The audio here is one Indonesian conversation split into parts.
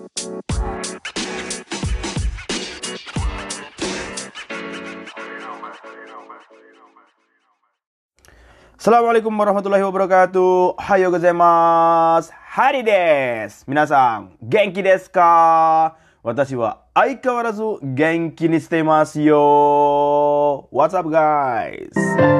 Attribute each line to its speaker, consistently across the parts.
Speaker 1: Assalamualaikum warahmatullahi wabarakatuh. Hayo gozaimasu. Hari desu. Minasan, genki desu ka? Watashi wa aikawarazu genki ni shite imasu yo. What's up guys?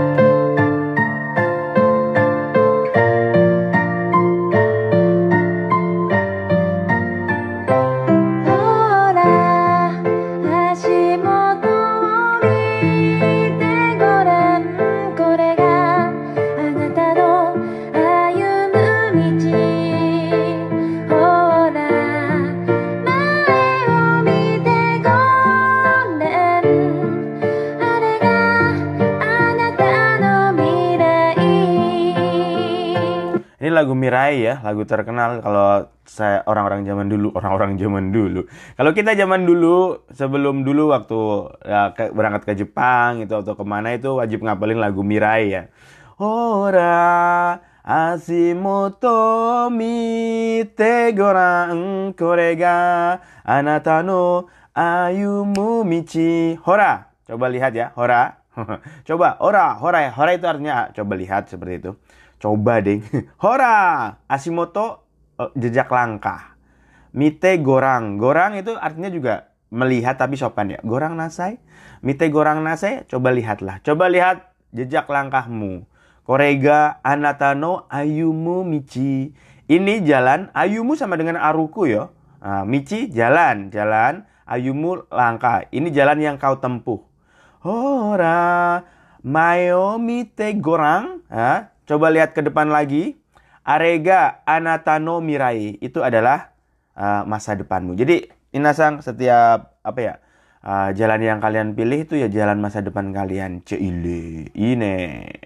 Speaker 1: Ini lagu Mirai ya, lagu terkenal kalau saya orang-orang zaman dulu. Kalau kita zaman dulu, sebelum dulu waktu ya, berangkat ke Jepang itu atau kemana itu wajib ngapalin lagu Mirai ya. Ora Ashimoto mite goran kore ga anata no ayumu michi. Hora, coba lihat ya, hora. Coba, hora itu artinya coba lihat seperti itu. Coba deh. Hora, Ashimoto, jejak langkah. Mite gorang. Gorang itu artinya juga melihat tapi sopan ya. Gorang nasai. Mite gorang nasai, coba lihatlah. Coba lihat jejak langkahmu. Korega anatano ayumu michi. Ini jalan, ayumu sama dengan aruku ya. Nah, michi jalan. Ayumu langkah. Ini jalan yang kau tempuh. Hora, mayo mite gorang. Coba lihat ke depan lagi. Arega anatano mirai. Itu adalah masa depanmu. Jadi, inasang setiap jalan yang kalian pilih itu ya jalan masa depan kalian. Ceile. Ine.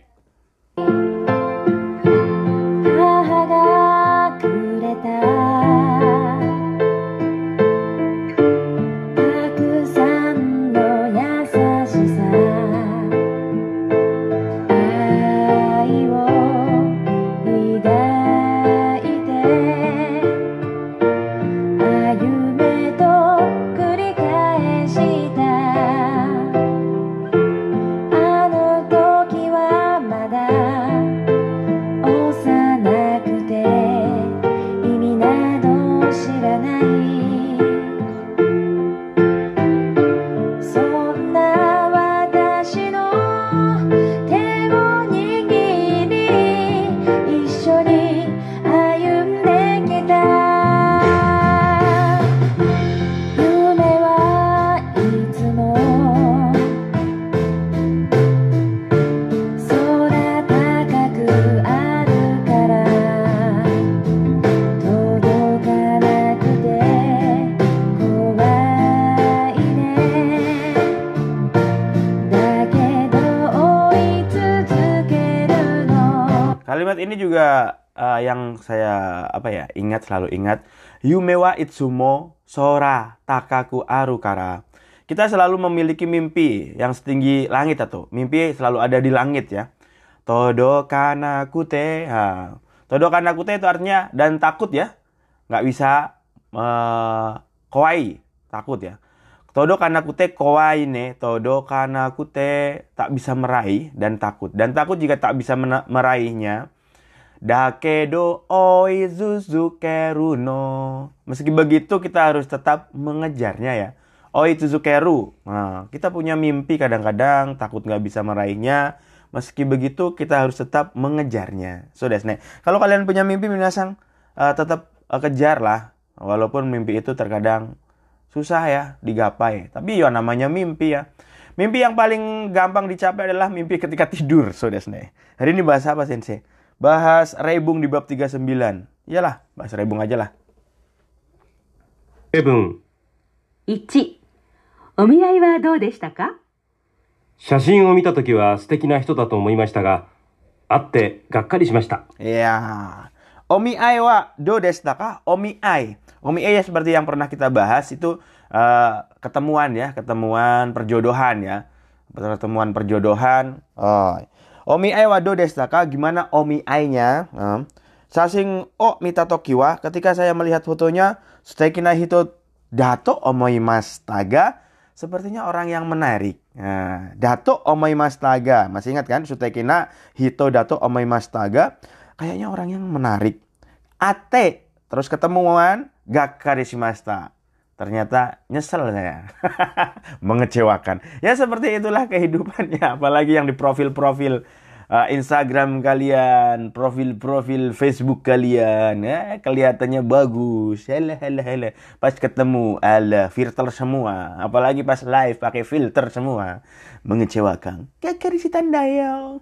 Speaker 1: Kalimat ini juga yang saya selalu ingat. Yume wa itsumo sora takaku aru kara. Kita selalu memiliki mimpi yang setinggi langit atau mimpi selalu ada di langit ya. Todo kana kute. Todo kana kute itu artinya dan takut ya. Nggak bisa kowai, takut ya. Todo kana kute kowai ne. Todo kana kute tak bisa meraih dan takut. Dan takut jika tak bisa meraihnya. Dakedo oizuzukeru no. Meski begitu kita harus tetap mengejarnya ya. Oizuzukeru. Nah, kita punya mimpi kadang-kadang takut nggak bisa meraihnya. Meski begitu kita harus tetap mengejarnya. So desu ne. Kalau kalian punya mimpi minasang tetap kejar lah. Walaupun mimpi itu terkadang susah ya digapai. Tapi ya namanya mimpi ya. Mimpi yang paling gampang dicapai adalah mimpi ketika tidur. So desu ne. Hari ini bahas apa sensei? Bahas rebung di bab 39. Iyalah, bahas rebung aja lah.
Speaker 2: Rebung
Speaker 3: 1. お見合いはどうでしたか？
Speaker 2: 写真を見たときは素敵な人だと思いましたが、会ってがっかりしました。
Speaker 1: Ya. Omiai wa do desu ka? Omiai. Omiai ya seperti yang pernah kita bahas itu ketemuan ya, ketemuan perjodohan ya. Pertemuan perjodohan. Omiai wa do desu ka? Gimana omiai-nya? Sasing o mitatoki wa, ketika saya melihat fotonya, suteki na hito dato omoimastaga, sepertinya orang yang menarik. Nah, dato omoimastaga, masih ingat kan? Suteki na hito dato omoimastaga, kayaknya orang yang menarik. Ate, terus ketemuan, gakkari shimashita. Ternyata nyesel saya. Mengecewakan. Ya seperti itulah kehidupannya. Apalagi yang di profil-profil Instagram kalian, profil-profil Facebook kalian. Kelihatannya bagus. Hele. Pas ketemu, filter semua. Apalagi pas live pakai filter semua. Mengecewakan. Gakkari shitanda yo.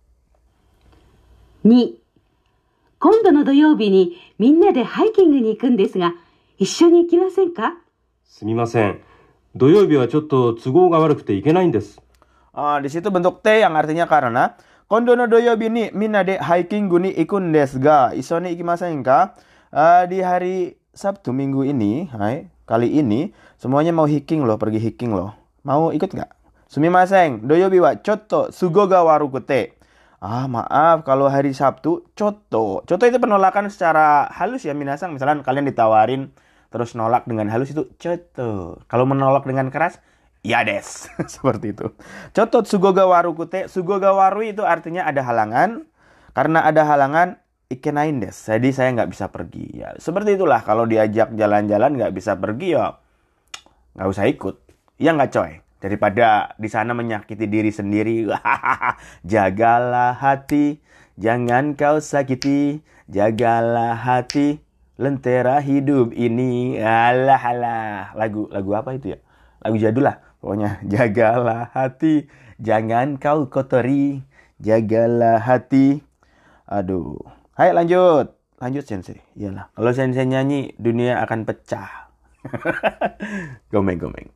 Speaker 3: 2、今度の土曜日にみんなでハイキングに行くんですが、一緒に行きませんか？
Speaker 2: すみません。土曜日はちょっと都合が悪くて行けないんです。
Speaker 1: Di situ bentuk T yang artinya karena. Kondo no doyobi ni minna de hiking ni ikun desu ga iso ni ikimasen ka? Di hari Sabtu minggu ini, kali ini semuanya mau hiking loh, pergi hiking loh. Mau ikut nggak? Sumimasen, doyobi wa chotto sugo ga warukute. Maaf, kalau hari Sabtu, coto. Coto itu penolakan secara halus ya, minasang. Misalnya kalian ditawarin, terus nolak dengan halus itu coto. Kalau menolak dengan keras, ya des. Seperti itu. Coto sugoga waru kute. Sugoga waru itu artinya ada halangan. Karena ada halangan, ikenain des. Jadi saya nggak bisa pergi. Ya, seperti itulah. Kalau diajak jalan-jalan nggak bisa pergi ya, nggak usah ikut. Ya nggak coy. Daripada di sana menyakiti diri sendiri. Jagalah hati, jangan kau sakiti. Jagalah hati, lentera hidup ini. Alah. Lagu apa itu ya? Lagu jadul lah. Pokoknya jagalah hati, jangan kau kotori. Jagalah hati. Aduh. Hai lanjut. Lanjut Sensei. Iyalah. Kalau Sensei nyanyi, dunia akan pecah. Gomeng.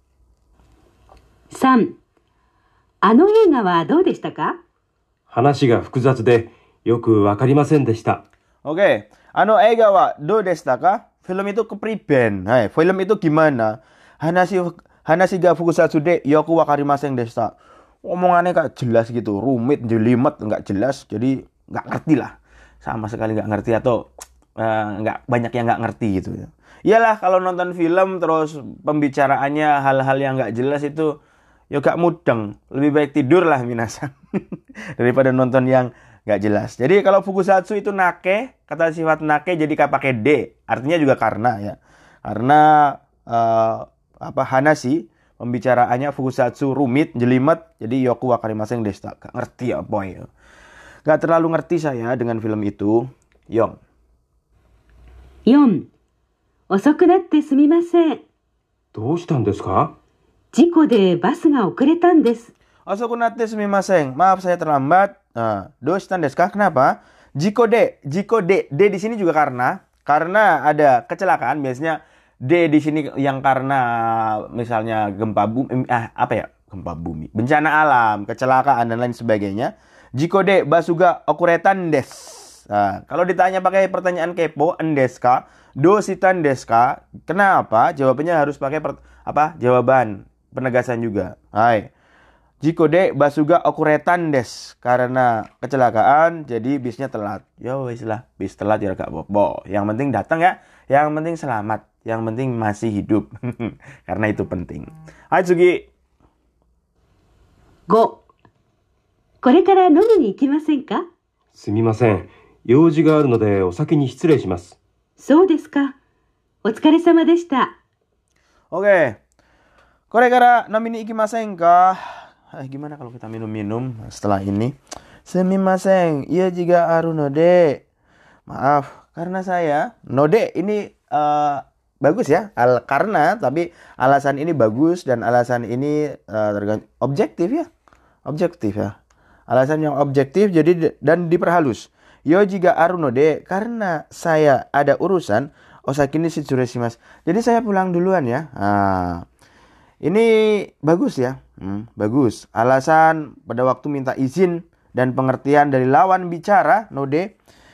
Speaker 3: 3、あの映画はどうでしたか？
Speaker 2: 話が複雑でよくわかりませんでした。
Speaker 1: Oke, eiga wa do deshita ka? Film itu kepriben. Film itu gimana? Hanashi ga fukusatsu de yoku wakarimasen deshita. Omongannya gak jelas gitu, rumit, jelimet, gak jelas. Jadi gak ngerti lah. Sama sekali gak ngerti atau gak banyak yang gak ngerti gitu. Iyalah kalau nonton film terus pembicaraannya hal-hal yang gak jelas itu ya gak mudeng. Lebih baik tidur lah minasang. Daripada nonton yang gak jelas. Jadi kalau fukusatsu itu nake, kata sifat nake jadi pakai D. Artinya juga karena ya. Karena hanashi, pembicaraannya fukusatsu rumit, jelimet. Jadi yoku wakarimasen deshita. Gak ngerti ya boy. Gak terlalu ngerti saya dengan film itu. Yong.
Speaker 3: 4、遅くなってすみません。
Speaker 2: どうしたんですか？
Speaker 3: 事故でバスが遅れたんです。
Speaker 1: Osoku natte sumimasen. Maaf saya terlambat. Doshtan desu ka? Kenapa? Jiko de. D di sini juga karena ada kecelakaan. Biasanya D di sini yang karena misalnya gempa bumi, gempa bumi, bencana alam, kecelakaan dan lain sebagainya. Jiko de basuga okuretan des. Kalau ditanya pakai pertanyaan kepo, endeska, dositan deska. Kenapa? Jawabannya harus pakai jawaban penegasan juga. Jiko de basuga okuretan des. Karena kecelakaan jadi bisnya telat. Ya wis lah, bis telat ya gak apa-apa. Yang penting datang ya. Yang penting selamat. Yang penting masih hidup. Karena itu penting. Hai Sugi.
Speaker 3: 5、これから飲みに行きませんか？
Speaker 2: すみません。用事があるのでお先に失礼します。
Speaker 3: そうですか。お疲れ様でした。
Speaker 1: Oke. Korekara nomini ikimasen ka? Gimana kalau kita minum-minum setelah ini? Sumimasen, iya jika aru node. Maaf, karena saya node ini bagus ya. Karena tapi alasan ini bagus dan alasan ini objektif ya. Objektif ya. Alasan yang objektif jadi dan diperhalus. Yo jika aru node karena saya ada urusan osakini shitsuresimasu. Jadi saya pulang duluan ya. Ini bagus ya. Bagus. Alasan pada waktu minta izin dan pengertian dari lawan bicara node.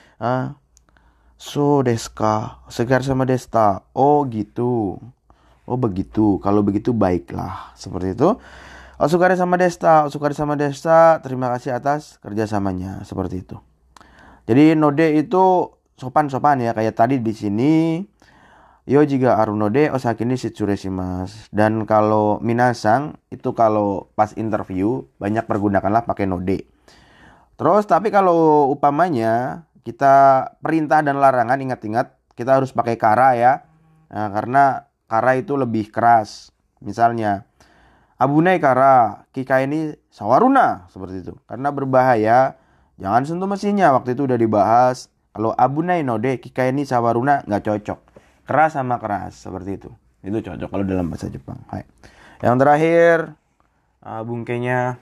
Speaker 1: So desu ka? Segar sama desta. Oh gitu. Oh begitu. Kalau begitu baiklah. Seperti itu. Osukare sama desta. Terima kasih atas kerjasamanya. Seperti itu. Jadi node itu sopan-sopan ya, kayak tadi di sini. Yo juga aru node osaki ni shitsuresimasu. Dan kalau minasang itu kalau pas interview banyak pergunakanlah pakai node. Terus tapi kalau upamanya kita perintah dan larangan, ingat-ingat kita harus pakai kara ya. Nah, karena kara itu lebih keras. Misalnya Abunai kara, Kika ini sawaruna, seperti itu. Karena berbahaya, jangan sentuh mesinnya. Waktu itu udah dibahas. Kalau Abunai node, Kika ini sawaruna, nggak cocok. Keras sama keras, seperti itu. Itu cocok kalau dalam bahasa Jepang. Hai. Yang terakhir, bungkainya.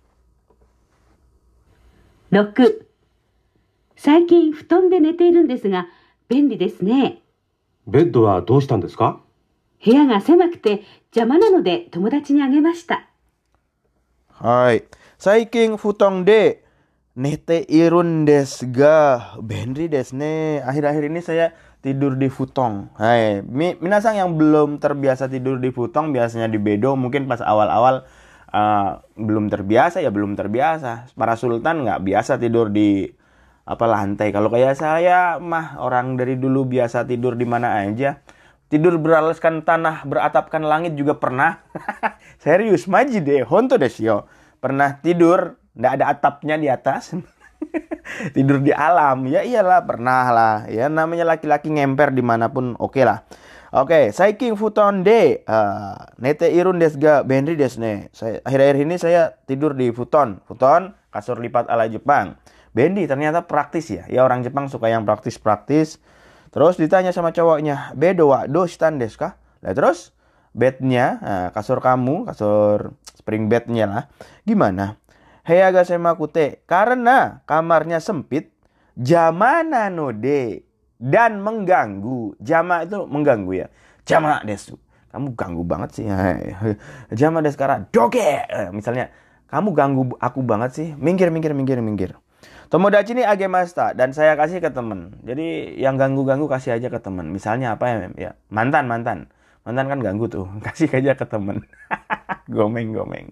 Speaker 3: 6、最近布団で寝ているんですが、便利ですね。
Speaker 2: ベッドはどうしたんですか？
Speaker 3: 部屋が狭くて邪魔なので友達にあげました。
Speaker 1: はい。最近布団で寝ているんですが、便利ですね. Akhir-akhir ini saya tidur di futong. Hai, minasang yang belum terbiasa tidur di futong, biasanya di bedo, mungkin pas awal-awal belum terbiasa ya belum terbiasa. Para sultan nggak biasa tidur di lantai. Kalau kayak saya mah orang dari dulu biasa tidur di mana aja. Tidur beralaskan tanah, beratapkan langit juga pernah. Serius, maji deh, honto desu yo. Pernah tidur, nggak ada atapnya di atas. Tidur di alam, ya iyalah pernah lah. Ya namanya laki-laki ngemper dimanapun, oke lah. Oke, saiking futon de nete irun desu ga benri desu ne. Akhir-akhir ini saya tidur di futon. Futon, kasur lipat ala Jepang. Bendy ternyata praktis ya. Ya orang Jepang suka yang praktis-praktis. Terus ditanya sama cowoknya, bedo wa do shitan desu ka? Lah terus bednya, kasur kamu, kasur spring bednya lah. Gimana? Heya ga semakute, karena kamarnya sempit, jamana no de, dan mengganggu. Jama itu mengganggu ya. Jama desu. Kamu ganggu banget sih. Jama desu kara doge. Misalnya, kamu ganggu aku banget sih. Minggir. Tomodachi ni agemashita, dan saya kasih ke teman. Jadi yang ganggu-ganggu kasih aja ke teman. Misalnya apa ya? Ya mantan. Mantan kan ganggu tuh. Kasih aja ke teman. Gomeng.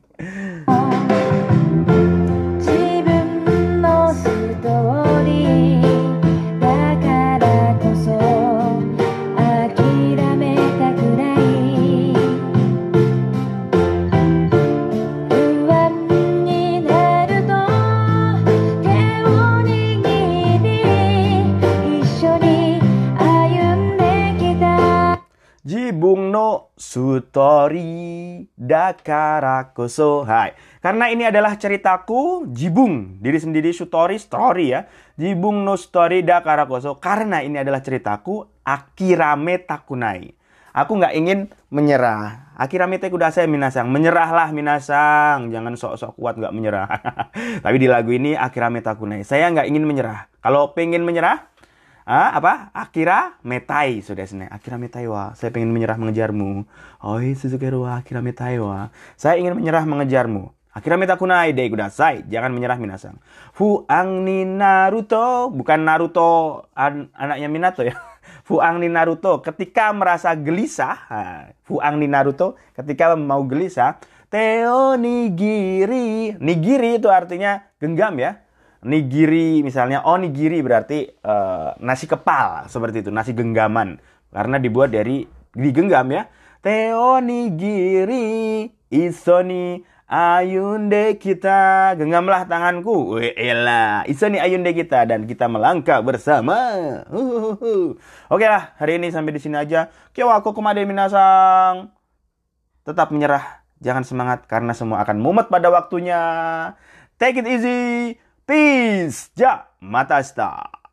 Speaker 4: 自分のストーリーだからこそ諦めたくない不安になると手を握り一緒に歩んできた
Speaker 1: Jibung no sutori dakara koso. Hai. Karena ini adalah ceritaku, jibung, diri sendiri, sutori, story ya. Jibung no sutori dakara koso. Karena ini adalah ceritaku, akirame takunai. Aku nggak ingin menyerah. Akirame kudasai minasang. Menyerahlah minasang. Jangan sok-sok kuat nggak menyerah. Tapi di lagu ini akirame takunai. Saya nggak ingin menyerah. Kalau pengen menyerah, Akira metai sudah sini. Akira metai wa. Saya pengen menyerah mengejarmu. Oi suzukeru wa akira metai wa. Saya ingin menyerah mengejarmu. Akira metakunai de kudasai. Jangan menyerah minasang. Fuang ni Naruto, bukan Naruto anaknya Minato ya. Fuang ni Naruto ketika merasa gelisah. Fuang ni Naruto ketika mau gelisah. Teo nigiri. Nigiri itu artinya genggam ya. Nigiri misalnya, onigiri berarti nasi kepal, seperti itu, nasi genggaman. Karena dibuat dari digenggam ya. Teo nigiri isoni ayunde kita. Genggamlah tanganku. Elah, isoni ayunde kita, dan kita melangkah bersama. Oke lah, hari ini sampai di sini aja. Kyo kumade minasang. Tetap menyerah, jangan semangat karena semua akan mumet pada waktunya. Take it easy. Peace! Ja, mata shita!